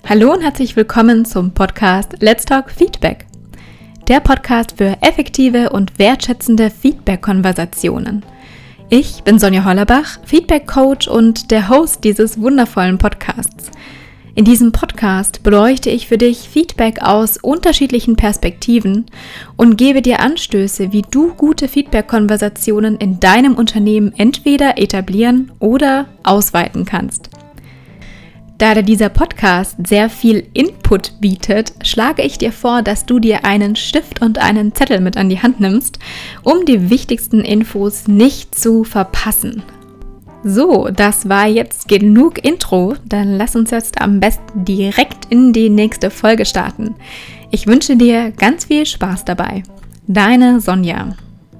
Hallo und herzlich willkommen zum Podcast Let's Talk Feedback. Der Podcast für effektive und wertschätzende Feedback-Konversationen. Ich bin Sonja Hollerbach, Feedback-Coach und der Host dieses wundervollen Podcasts. In diesem Podcast beleuchte ich für dich Feedback aus unterschiedlichen Perspektiven und gebe dir Anstöße, wie du gute Feedback-Konversationen in deinem Unternehmen entweder etablieren oder ausweiten kannst. Da dieser Podcast sehr viel Input bietet, schlage ich dir vor, dass du dir einen Stift und einen Zettel mit an die Hand nimmst, um die wichtigsten Infos nicht zu verpassen. So, das war jetzt genug Intro, dann lass uns jetzt am besten direkt in die nächste Folge starten. Ich wünsche dir ganz viel Spaß dabei. Deine Sonja.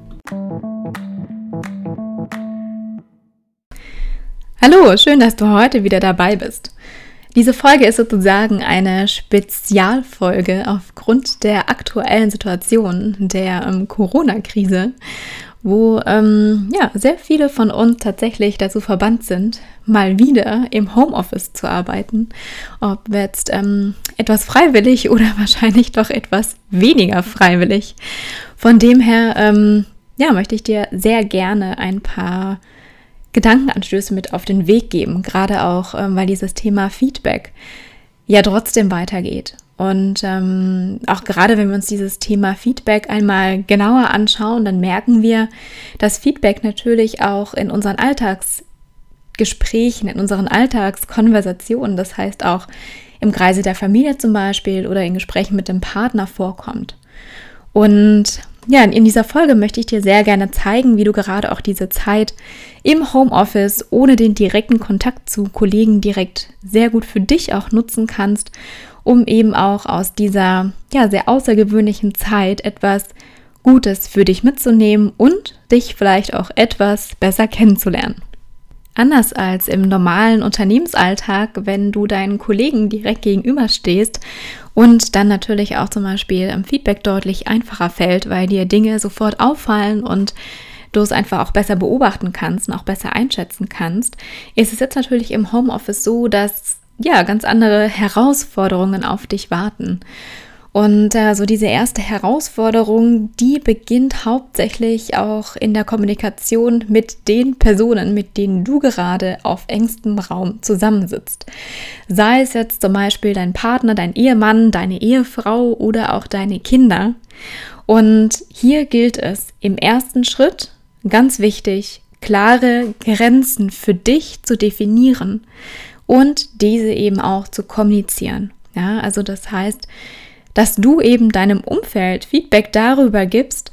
Hallo, schön, dass du heute wieder dabei bist. Diese Folge ist sozusagen eine Spezialfolge aufgrund der aktuellen Situation der Corona-Krise, wo sehr viele von uns tatsächlich dazu verbannt sind, mal wieder im Homeoffice zu arbeiten. Ob jetzt etwas freiwillig oder wahrscheinlich doch etwas weniger freiwillig. Von dem her möchte ich dir sehr gerne ein paar Gedankenanstöße mit auf den Weg geben, gerade auch, weil dieses Thema Feedback ja trotzdem weitergeht. Und auch gerade wenn wir uns dieses Thema Feedback einmal genauer anschauen, dann merken wir, dass Feedback natürlich auch in unseren Alltagsgesprächen, in unseren Alltagskonversationen, das heißt auch im Kreise der Familie zum Beispiel oder in Gesprächen mit dem Partner vorkommt. Und ja, in dieser Folge möchte ich dir sehr gerne zeigen, wie du gerade auch diese Zeit im Homeoffice ohne den direkten Kontakt zu Kollegen direkt sehr gut für dich auch nutzen kannst, um eben auch aus dieser sehr außergewöhnlichen Zeit etwas Gutes für dich mitzunehmen und dich vielleicht auch etwas besser kennenzulernen. Anders als im normalen Unternehmensalltag, wenn du deinen Kollegen direkt gegenüberstehst und dann natürlich auch zum Beispiel Feedback deutlich einfacher fällt, weil dir Dinge sofort auffallen und du es einfach auch besser beobachten kannst und auch besser einschätzen kannst, ist es jetzt natürlich im Homeoffice so, dass ganz andere Herausforderungen auf dich warten. Und so diese erste Herausforderung, die beginnt hauptsächlich auch in der Kommunikation mit den Personen, mit denen du gerade auf engstem Raum zusammensitzt. Sei es jetzt zum Beispiel dein Partner, dein Ehemann, deine Ehefrau oder auch deine Kinder. Und hier gilt es im ersten Schritt, ganz wichtig, klare Grenzen für dich zu definieren und diese eben auch zu kommunizieren. Ja, also das heißt, dass du eben deinem Umfeld Feedback darüber gibst,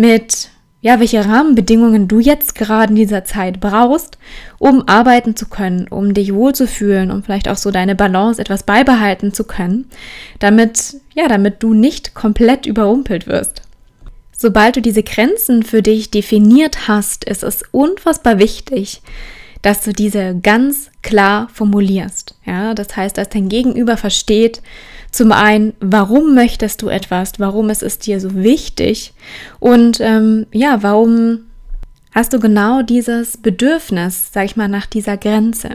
welche Rahmenbedingungen du jetzt gerade in dieser Zeit brauchst, um arbeiten zu können, um dich wohlzufühlen, um vielleicht auch so deine Balance etwas beibehalten zu können, damit du nicht komplett überrumpelt wirst. Sobald du diese Grenzen für dich definiert hast, ist es unfassbar wichtig, dass du diese ganz klar formulierst. Ja, das heißt, dass dein Gegenüber versteht, zum einen, warum möchtest du etwas, warum ist es dir so wichtig und warum hast du genau dieses Bedürfnis, sag ich mal, nach dieser Grenze.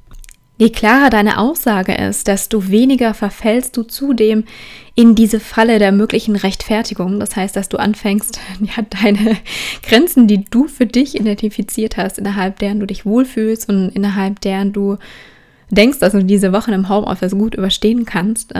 Je klarer deine Aussage ist, desto weniger verfällst du zudem in diese Falle der möglichen Rechtfertigung. Das heißt, dass du anfängst, deine Grenzen, die du für dich identifiziert hast, innerhalb deren du dich wohlfühlst und innerhalb deren du denkst, dass du diese Wochen im Homeoffice gut überstehen kannst,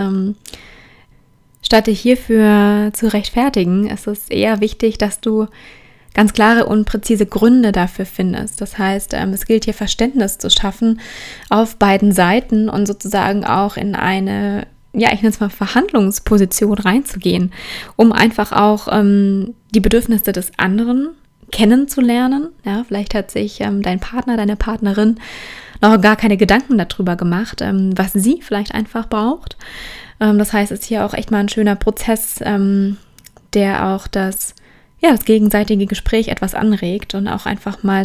statt dich hierfür zu rechtfertigen, ist es eher wichtig, dass du ganz klare und präzise Gründe dafür findest. Das heißt, es gilt hier Verständnis zu schaffen auf beiden Seiten und sozusagen auch in eine, ich nenne es mal Verhandlungsposition reinzugehen, um einfach auch die Bedürfnisse des anderen kennenzulernen. Ja, vielleicht hat sich dein Partner, deine Partnerin noch gar keine Gedanken darüber gemacht, was sie vielleicht einfach braucht. Das heißt, es ist hier auch echt mal ein schöner Prozess, der auch das gegenseitige Gespräch etwas anregt und auch einfach mal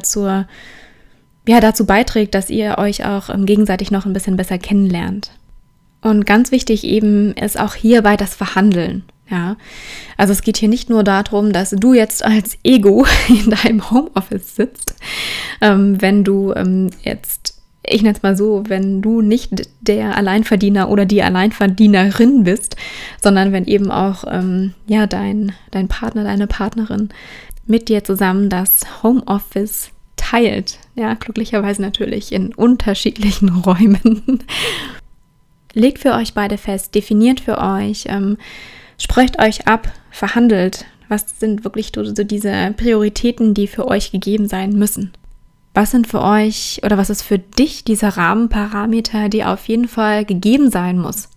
dazu beiträgt, dass ihr euch auch gegenseitig noch ein bisschen besser kennenlernt. Und ganz wichtig eben ist auch hierbei das Verhandeln. Ja, also es geht hier nicht nur darum, dass du jetzt als Ego in deinem Homeoffice sitzt, wenn du jetzt ich nenne es mal so, wenn du nicht der Alleinverdiener oder die Alleinverdienerin bist, sondern wenn eben auch dein Partner, deine Partnerin mit dir zusammen das Homeoffice teilt. Ja, glücklicherweise natürlich in unterschiedlichen Räumen. Legt für euch beide fest, definiert für euch, sprecht euch ab, verhandelt. Was sind wirklich so diese Prioritäten, die für euch gegeben sein müssen? Was sind für euch oder was ist für dich dieser Rahmenparameter, die auf jeden Fall gegeben sein muss?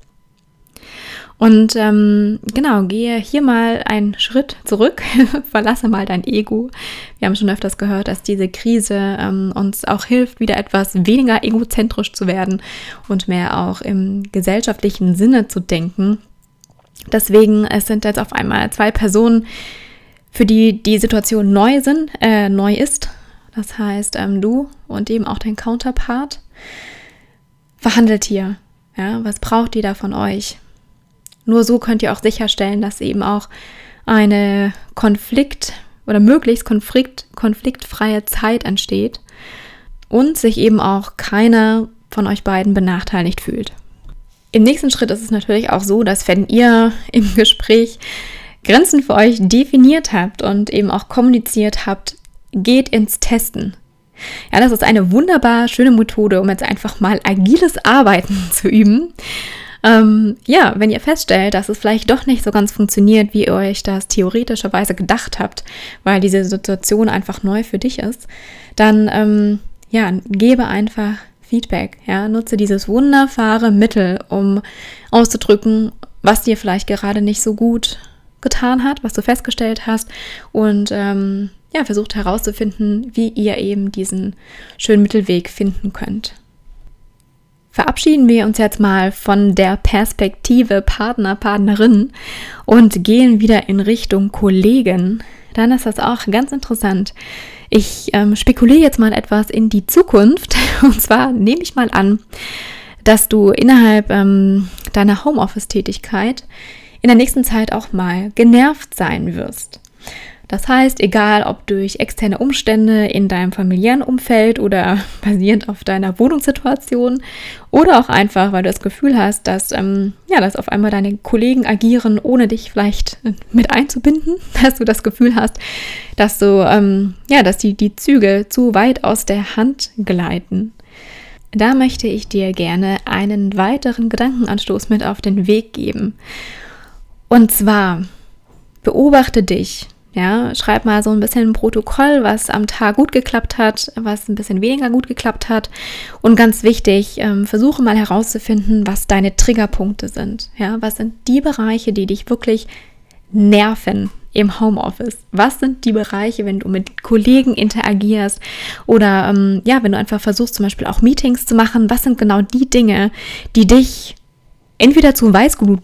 Und gehe hier mal einen Schritt zurück, verlasse mal dein Ego. Wir haben schon öfters gehört, dass diese Krise uns auch hilft, wieder etwas weniger egozentrisch zu werden und mehr auch im gesellschaftlichen Sinne zu denken. Deswegen, es sind jetzt auf einmal 2 Personen, für die die Situation neu ist. Das heißt, du und eben auch dein Counterpart. Verhandelt hier. Ja, was braucht ihr da von euch? Nur so könnt ihr auch sicherstellen, dass eben auch eine möglichst konfliktfreie Zeit entsteht und sich eben auch keiner von euch beiden benachteiligt fühlt. Im nächsten Schritt ist es natürlich auch so, dass wenn ihr im Gespräch Grenzen für euch definiert habt und eben auch kommuniziert habt, geht ins Testen. Ja, das ist eine wunderbar schöne Methode, um jetzt einfach mal agiles Arbeiten zu üben. Wenn ihr feststellt, dass es vielleicht doch nicht so ganz funktioniert, wie ihr euch das theoretischerweise gedacht habt, weil diese Situation einfach neu für dich ist, dann gebe einfach Feedback. Ja, nutze dieses wunderbare Mittel, um auszudrücken, was dir vielleicht gerade nicht so gut getan hat, was du festgestellt hast und versucht herauszufinden, wie ihr eben diesen schönen Mittelweg finden könnt. Verabschieden wir uns jetzt mal von der Perspektive Partner, Partnerin und gehen wieder in Richtung Kollegen. Dann ist das auch ganz interessant. Ich spekuliere jetzt mal etwas in die Zukunft. Und zwar nehme ich mal an, dass du innerhalb deiner Homeoffice-Tätigkeit in der nächsten Zeit auch mal genervt sein wirst. Das heißt, egal ob durch externe Umstände in deinem familiären Umfeld oder basierend auf deiner Wohnungssituation oder auch einfach, weil du das Gefühl hast, dass auf einmal deine Kollegen agieren, ohne dich vielleicht mit einzubinden, dass du das Gefühl hast, dass die Zügel zu weit aus der Hand gleiten. Da möchte ich dir gerne einen weiteren Gedankenanstoß mit auf den Weg geben. Und zwar, beobachte dich. Ja, schreib mal so ein bisschen ein Protokoll, was am Tag gut geklappt hat, was ein bisschen weniger gut geklappt hat. Und ganz wichtig, versuche mal herauszufinden, was deine Triggerpunkte sind. Ja, was sind die Bereiche, die dich wirklich nerven im Homeoffice? Was sind die Bereiche, wenn du mit Kollegen interagierst oder wenn du einfach versuchst, zum Beispiel auch Meetings zu machen? Was sind genau die Dinge, die dich entweder zur Weißglut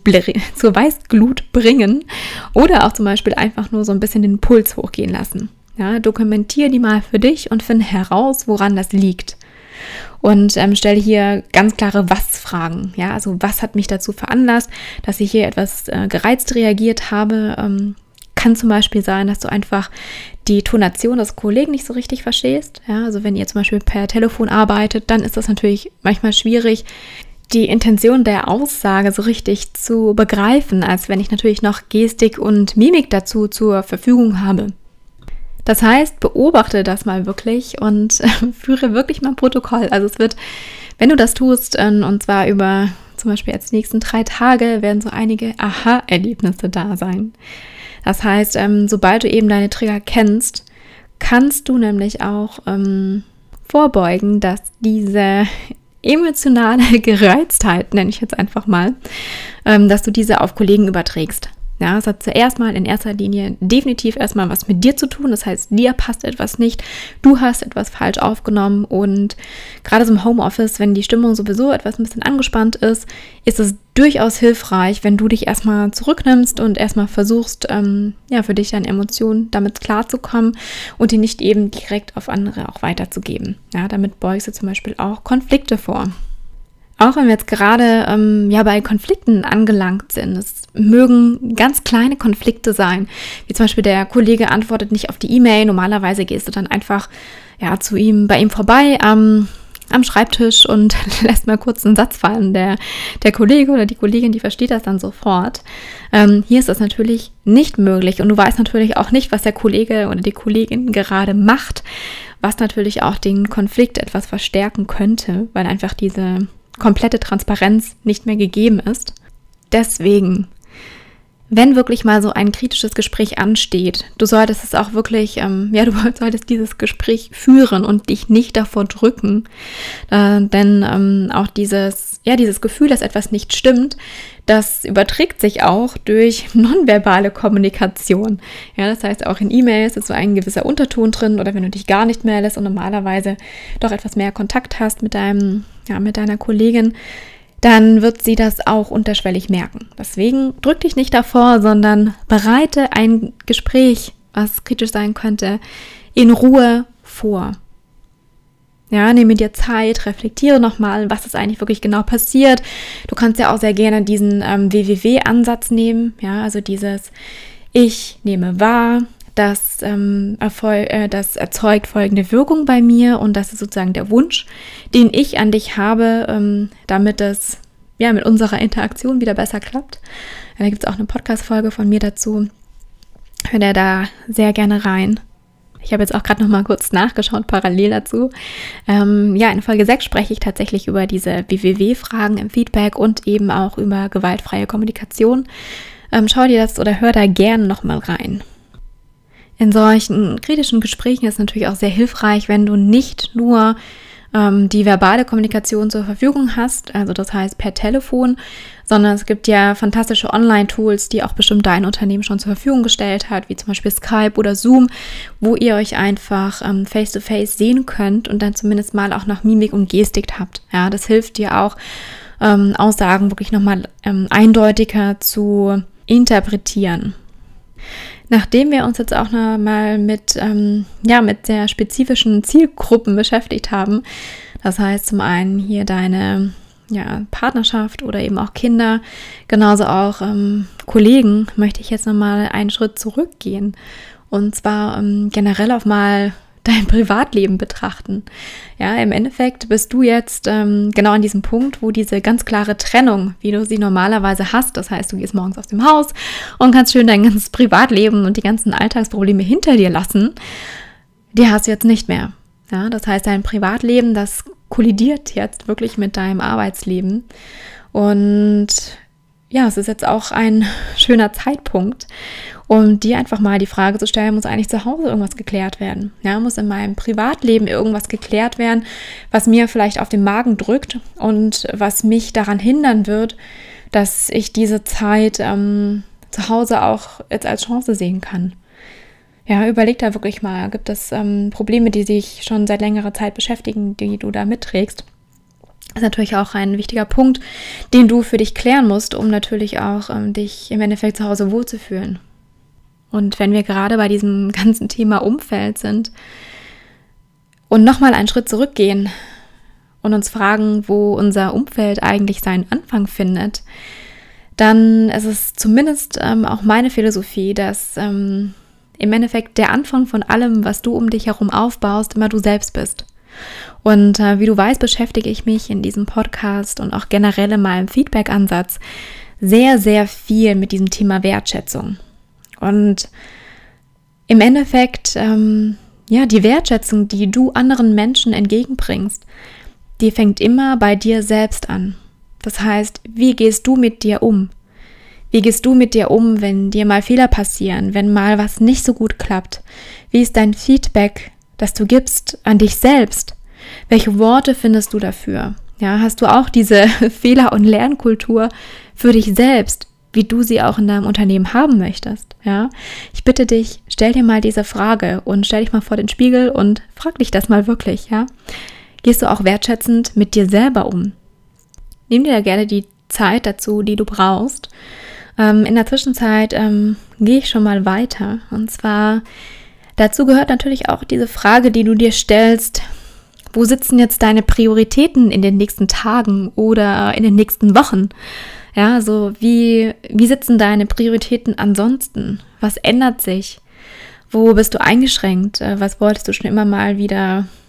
bringen oder auch zum Beispiel einfach nur so ein bisschen den Puls hochgehen lassen. Ja, dokumentiere die mal für dich und finde heraus, woran das liegt. Und stelle hier ganz klare Was-Fragen. Ja, also was hat mich dazu veranlasst, dass ich hier etwas gereizt reagiert habe. Kann zum Beispiel sein, dass du einfach die Tonation des Kollegen nicht so richtig verstehst. Ja, also wenn ihr zum Beispiel per Telefon arbeitet, dann ist das natürlich manchmal schwierig, die Intention der Aussage so richtig zu begreifen, als wenn ich natürlich noch Gestik und Mimik dazu zur Verfügung habe. Das heißt, beobachte das mal wirklich und führe wirklich mal ein Protokoll. Also es wird, wenn du das tust, und zwar über zum Beispiel jetzt die nächsten 3 Tage, werden so einige Aha-Erlebnisse da sein. Das heißt, sobald du eben deine Trigger kennst, kannst du nämlich auch vorbeugen, dass diese emotionale Gereiztheit, nenne ich jetzt einfach mal, dass du diese auf Kollegen überträgst. Ja, es hat zuerst mal in erster Linie definitiv erstmal was mit dir zu tun. Das heißt, dir passt etwas nicht, du hast etwas falsch aufgenommen und gerade so im Homeoffice, wenn die Stimmung sowieso etwas ein bisschen angespannt ist, ist es durchaus hilfreich, wenn du dich erstmal zurücknimmst und erstmal versuchst, für dich deine Emotionen damit klarzukommen und die nicht eben direkt auf andere auch weiterzugeben. Ja, damit beugst du zum Beispiel auch Konflikte vor. Auch wenn wir jetzt gerade bei Konflikten angelangt sind, es mögen ganz kleine Konflikte sein, wie zum Beispiel der Kollege antwortet nicht auf die E-Mail, normalerweise gehst du dann einfach bei ihm vorbei am am Schreibtisch und lässt mal kurz einen Satz fallen. Der Kollege oder die Kollegin, die versteht das dann sofort. Hier ist das natürlich nicht möglich und du weißt natürlich auch nicht, was der Kollege oder die Kollegin gerade macht, was natürlich auch den Konflikt etwas verstärken könnte, weil einfach diese komplette Transparenz nicht mehr gegeben ist. Deswegen, wenn wirklich mal so ein kritisches Gespräch ansteht, du solltest es auch wirklich, du solltest dieses Gespräch führen und dich nicht davor drücken, denn auch dieses Gefühl, dass etwas nicht stimmt, das überträgt sich auch durch nonverbale Kommunikation. Ja, das heißt, auch in E-Mails ist so ein gewisser Unterton drin oder wenn du dich gar nicht meldest und normalerweise doch etwas mehr Kontakt hast mit deiner Kollegin, dann wird sie das auch unterschwellig merken. Deswegen drück dich nicht davor, sondern bereite ein Gespräch, was kritisch sein könnte, in Ruhe vor. Ja, nehme dir Zeit, reflektiere nochmal, was ist eigentlich wirklich genau passiert. Du kannst ja auch sehr gerne diesen WWW-Ansatz nehmen, ja, also dieses Ich nehme wahr, das erzeugt folgende Wirkung bei mir und das ist sozusagen der Wunsch, den ich an dich habe, damit es mit unserer Interaktion wieder besser klappt. Da gibt es auch eine Podcast-Folge von mir dazu. Hör dir da sehr gerne rein. Ich habe jetzt auch gerade noch mal kurz nachgeschaut, parallel dazu. In Folge 6 spreche ich tatsächlich über diese WWW-Fragen im Feedback und eben auch über gewaltfreie Kommunikation. Schau dir das oder hör da gerne noch mal rein. In solchen kritischen Gesprächen ist es natürlich auch sehr hilfreich, wenn du nicht nur die verbale Kommunikation zur Verfügung hast, also das heißt per Telefon, sondern es gibt ja fantastische Online-Tools, die auch bestimmt dein Unternehmen schon zur Verfügung gestellt hat, wie zum Beispiel Skype oder Zoom, wo ihr euch einfach face-to-face sehen könnt und dann zumindest mal auch nach Mimik und Gestik habt. Ja, das hilft dir auch, Aussagen wirklich nochmal eindeutiger zu interpretieren. Nachdem wir uns jetzt auch noch mal mit sehr spezifischen Zielgruppen beschäftigt haben, das heißt zum einen hier deine Partnerschaft oder eben auch Kinder, genauso auch Kollegen, möchte ich jetzt nochmal einen Schritt zurückgehen und zwar generell auch mal dein Privatleben betrachten. Ja, im Endeffekt bist du jetzt genau an diesem Punkt, wo diese ganz klare Trennung, wie du sie normalerweise hast, das heißt, du gehst morgens aus dem Haus und kannst schön dein ganzes Privatleben und die ganzen Alltagsprobleme hinter dir lassen, die hast du jetzt nicht mehr. Ja, das heißt, dein Privatleben, das kollidiert jetzt wirklich mit deinem Arbeitsleben und ja, es ist jetzt auch ein schöner Zeitpunkt, um dir einfach mal die Frage zu stellen, muss eigentlich zu Hause irgendwas geklärt werden? Ja, muss in meinem Privatleben irgendwas geklärt werden, was mir vielleicht auf den Magen drückt und was mich daran hindern wird, dass ich diese Zeit zu Hause auch jetzt als Chance sehen kann. Ja, überleg da wirklich mal, gibt es Probleme, die dich schon seit längerer Zeit beschäftigen, die du da mitträgst? Das ist natürlich auch ein wichtiger Punkt, den du für dich klären musst, um natürlich auch dich im Endeffekt zu Hause wohlzufühlen. Und wenn wir gerade bei diesem ganzen Thema Umfeld sind und nochmal einen Schritt zurückgehen und uns fragen, wo unser Umfeld eigentlich seinen Anfang findet, dann ist es zumindest auch meine Philosophie, dass im Endeffekt der Anfang von allem, was du um dich herum aufbaust, immer du selbst bist. Und wie du weißt, beschäftige ich mich in diesem Podcast und auch generell in meinem Feedback-Ansatz sehr, sehr viel mit diesem Thema Wertschätzung. Und im Endeffekt, die Wertschätzung, die du anderen Menschen entgegenbringst, die fängt immer bei dir selbst an. Das heißt, wie gehst du mit dir um? Wie gehst du mit dir um, wenn dir mal Fehler passieren, wenn mal was nicht so gut klappt? Wie ist dein Feedback, das du gibst an dich selbst? Welche Worte findest du dafür? Ja, hast du auch diese Fehler- und Lernkultur für dich selbst, wie du sie auch in deinem Unternehmen haben möchtest? Ja, ich bitte dich, stell dir mal diese Frage und stell dich mal vor den Spiegel und frag dich das mal wirklich. Ja, gehst du auch wertschätzend mit dir selber um? Nimm dir da gerne die Zeit dazu, die du brauchst. In der Zwischenzeit gehe ich schon mal weiter. Und zwar, dazu gehört natürlich auch diese Frage, die du dir stellst: Wo sitzen jetzt deine Prioritäten in den nächsten Tagen oder in den nächsten Wochen? Ja, so wie sitzen deine Prioritäten ansonsten? Was ändert sich? Wo bist du eingeschränkt? Was wolltest du schon immer mal wieder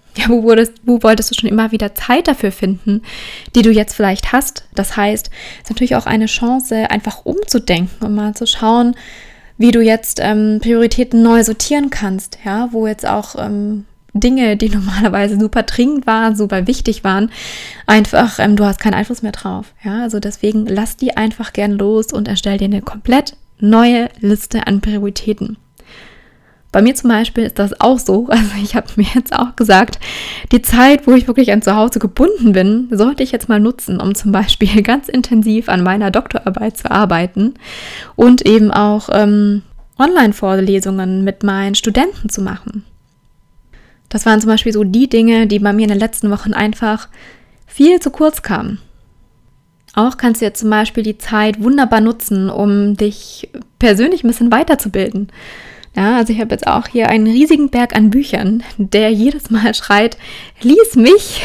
Ja, wo wolltest du schon immer wieder Zeit dafür finden, die du jetzt vielleicht hast? Das heißt, es ist natürlich auch eine Chance, einfach umzudenken und mal zu schauen, wie du jetzt Prioritäten neu sortieren kannst, ja, wo jetzt auch Dinge, die normalerweise super dringend waren, super wichtig waren, einfach, du hast keinen Einfluss mehr drauf, ja, also deswegen lass die einfach gern los und erstell dir eine komplett neue Liste an Prioritäten. Bei mir zum Beispiel ist das auch so, also ich habe mir jetzt auch gesagt, die Zeit, wo ich wirklich an zu Hause gebunden bin, sollte ich jetzt mal nutzen, um zum Beispiel ganz intensiv an meiner Doktorarbeit zu arbeiten und eben auch Online-Vorlesungen mit meinen Studenten zu machen. Das waren zum Beispiel so die Dinge, die bei mir in den letzten Wochen einfach viel zu kurz kamen. Auch kannst du jetzt zum Beispiel die Zeit wunderbar nutzen, um dich persönlich ein bisschen weiterzubilden. Ja, also ich habe jetzt auch hier einen riesigen Berg an Büchern, der jedes Mal schreit, lies mich,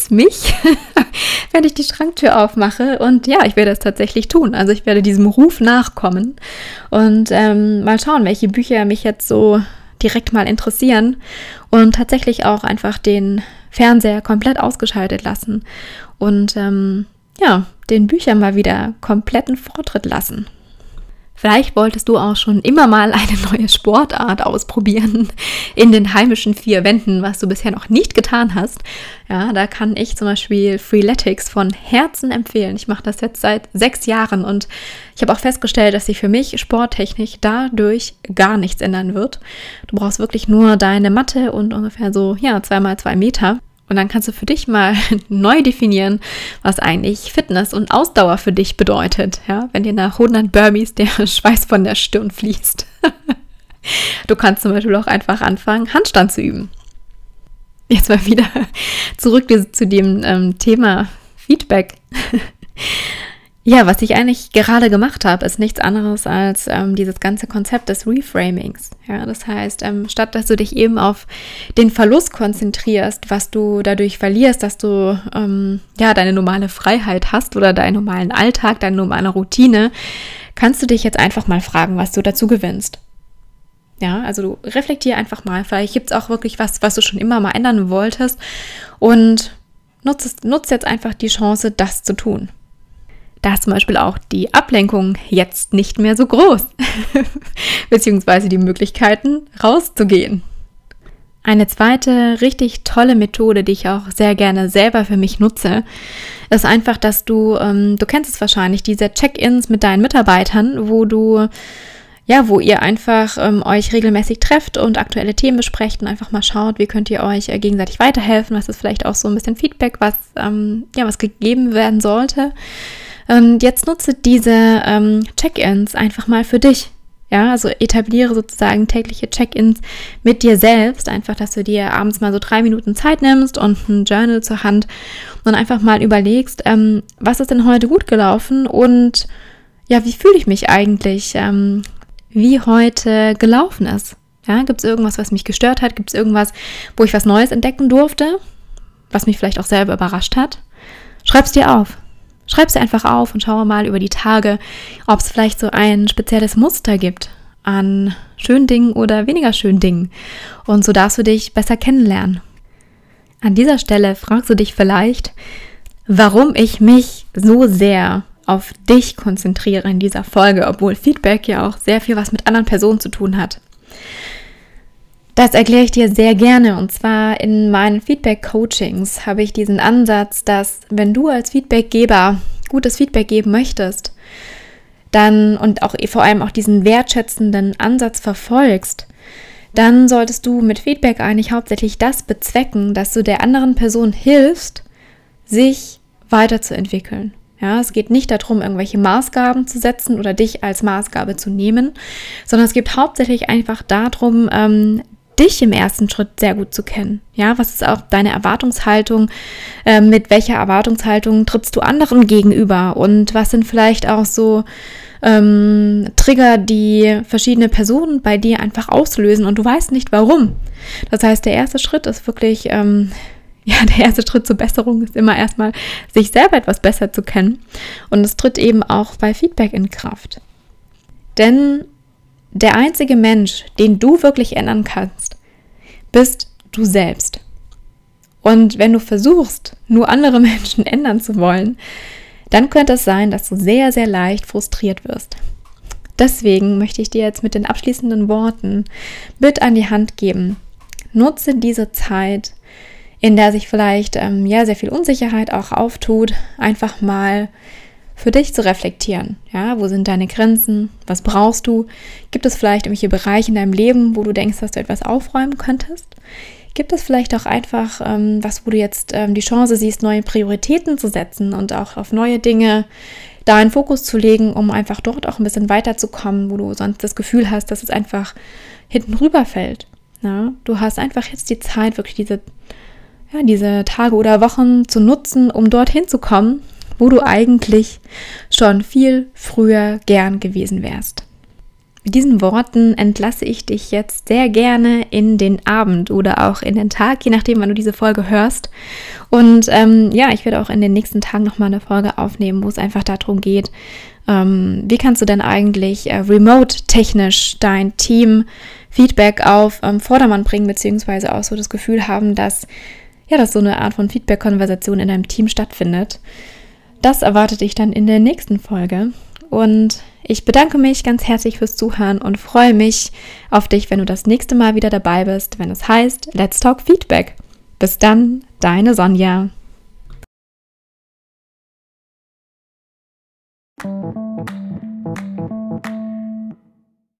wenn ich die Schranktür aufmache. Und ja, ich werde es tatsächlich tun. Also ich werde diesem Ruf nachkommen und mal schauen, welche Bücher mich jetzt so direkt mal interessieren und tatsächlich auch einfach den Fernseher komplett ausgeschaltet lassen und den Büchern mal wieder kompletten Vortritt lassen. Vielleicht wolltest du auch schon immer mal eine neue Sportart ausprobieren in den heimischen 4 Wänden, was du bisher noch nicht getan hast. Ja, da kann ich zum Beispiel Freeletics von Herzen empfehlen. Ich mache das jetzt seit 6 Jahren und ich habe auch festgestellt, dass sich für mich sporttechnisch dadurch gar nichts ändern wird. Du brauchst wirklich nur deine Matte und ungefähr so 2x2 Meter. Und dann kannst du für dich mal neu definieren, was eigentlich Fitness und Ausdauer für dich bedeutet. Ja, wenn dir nach 100 Burpees der Schweiß von der Stirn fließt. Du kannst zum Beispiel auch einfach anfangen, Handstand zu üben. Jetzt mal wieder zurück zu dem Thema Feedback. Ja, was ich eigentlich gerade gemacht habe, ist nichts anderes als dieses ganze Konzept des Reframings. Ja, das heißt, statt dass du dich eben auf den Verlust konzentrierst, was du dadurch verlierst, dass du deine normale Freiheit hast oder deinen normalen Alltag, deine normale Routine, kannst du dich jetzt einfach mal fragen, was du dazu gewinnst. Ja, also du reflektier einfach mal. Vielleicht gibt es auch wirklich was du schon immer mal ändern wolltest und nutzt jetzt einfach die Chance, das zu tun. Da ist zum Beispiel auch die Ablenkung jetzt nicht mehr so groß, beziehungsweise die Möglichkeiten, rauszugehen. Eine zweite richtig tolle Methode, die ich auch sehr gerne selber für mich nutze, ist einfach, dass du kennst es wahrscheinlich, diese Check-ins mit deinen Mitarbeitern, wo ihr einfach euch regelmäßig trefft und aktuelle Themen besprecht und einfach mal schaut, wie könnt ihr euch gegenseitig weiterhelfen, was ist vielleicht auch so ein bisschen Feedback, was gegeben werden sollte. Und jetzt nutze diese Check-ins einfach mal für dich. Ja, also etabliere sozusagen tägliche Check-ins mit dir selbst. Einfach, dass du dir abends mal so 3 Minuten Zeit nimmst und ein Journal zur Hand und einfach mal überlegst, was ist denn heute gut gelaufen und ja, wie fühle ich mich eigentlich, wie heute gelaufen ist. Ja, gibt es irgendwas, was mich gestört hat? Gibt es irgendwas, wo ich was Neues entdecken durfte, was mich vielleicht auch selber überrascht hat? Schreib es dir auf. Schreib sie einfach auf und schau mal über die Tage, ob es vielleicht so ein spezielles Muster gibt an schönen Dingen oder weniger schönen Dingen. Und so darfst du dich besser kennenlernen. An dieser Stelle fragst du dich vielleicht, warum ich mich so sehr auf dich konzentriere in dieser Folge, obwohl Feedback ja auch sehr viel was mit anderen Personen zu tun hat. Das erkläre ich dir sehr gerne, und zwar in meinen Feedback-Coachings habe ich diesen Ansatz, dass wenn du als Feedbackgeber gutes Feedback geben möchtest, dann und auch vor allem auch diesen wertschätzenden Ansatz verfolgst, dann solltest du mit Feedback eigentlich hauptsächlich das bezwecken, dass du der anderen Person hilfst, sich weiterzuentwickeln. Ja, es geht nicht darum, irgendwelche Maßgaben zu setzen oder dich als Maßgabe zu nehmen, sondern es geht hauptsächlich einfach darum, dich im ersten Schritt sehr gut zu kennen. Ja, was ist auch deine Erwartungshaltung? Mit welcher Erwartungshaltung trittst du anderen gegenüber? Und was sind vielleicht auch so Trigger, die verschiedene Personen bei dir einfach auslösen und du weißt nicht warum? Das heißt, der erste Schritt ist wirklich, der erste Schritt zur Besserung ist immer erstmal, sich selber etwas besser zu kennen. Und es tritt eben auch bei Feedback in Kraft. Denn der einzige Mensch, den du wirklich ändern kannst, bist du selbst. Und wenn du versuchst, nur andere Menschen ändern zu wollen, dann könnte es sein, dass du sehr, sehr leicht frustriert wirst. Deswegen möchte ich dir jetzt mit den abschließenden Worten mit an die Hand geben. Nutze diese Zeit, in der sich vielleicht sehr viel Unsicherheit auch auftut, einfach mal für dich zu reflektieren. Ja, wo sind deine Grenzen? Was brauchst du? Gibt es vielleicht irgendwelche Bereiche in deinem Leben, wo du denkst, dass du etwas aufräumen könntest? Gibt es vielleicht auch einfach was, wo du jetzt die Chance siehst, neue Prioritäten zu setzen und auch auf neue Dinge da einen Fokus zu legen, um einfach dort auch ein bisschen weiterzukommen, wo du sonst das Gefühl hast, dass es einfach hinten rüberfällt. Ja? Du hast einfach jetzt die Zeit, wirklich diese Tage oder Wochen zu nutzen, um dorthin zu kommen, wo du eigentlich schon viel früher gern gewesen wärst. Mit diesen Worten entlasse ich dich jetzt sehr gerne in den Abend oder auch in den Tag, je nachdem, wann du diese Folge hörst. Und ich werde auch in den nächsten Tagen nochmal eine Folge aufnehmen, wo es einfach darum geht, wie kannst du denn eigentlich remote-technisch dein Team Feedback auf Vordermann bringen, beziehungsweise auch so das Gefühl haben, dass so eine Art von Feedback-Konversation in deinem Team stattfindet. Das erwartet dich dann in der nächsten Folge. Und ich bedanke mich ganz herzlich fürs Zuhören und freue mich auf dich, wenn du das nächste Mal wieder dabei bist, wenn es heißt Let's Talk Feedback. Bis dann, deine Sonja.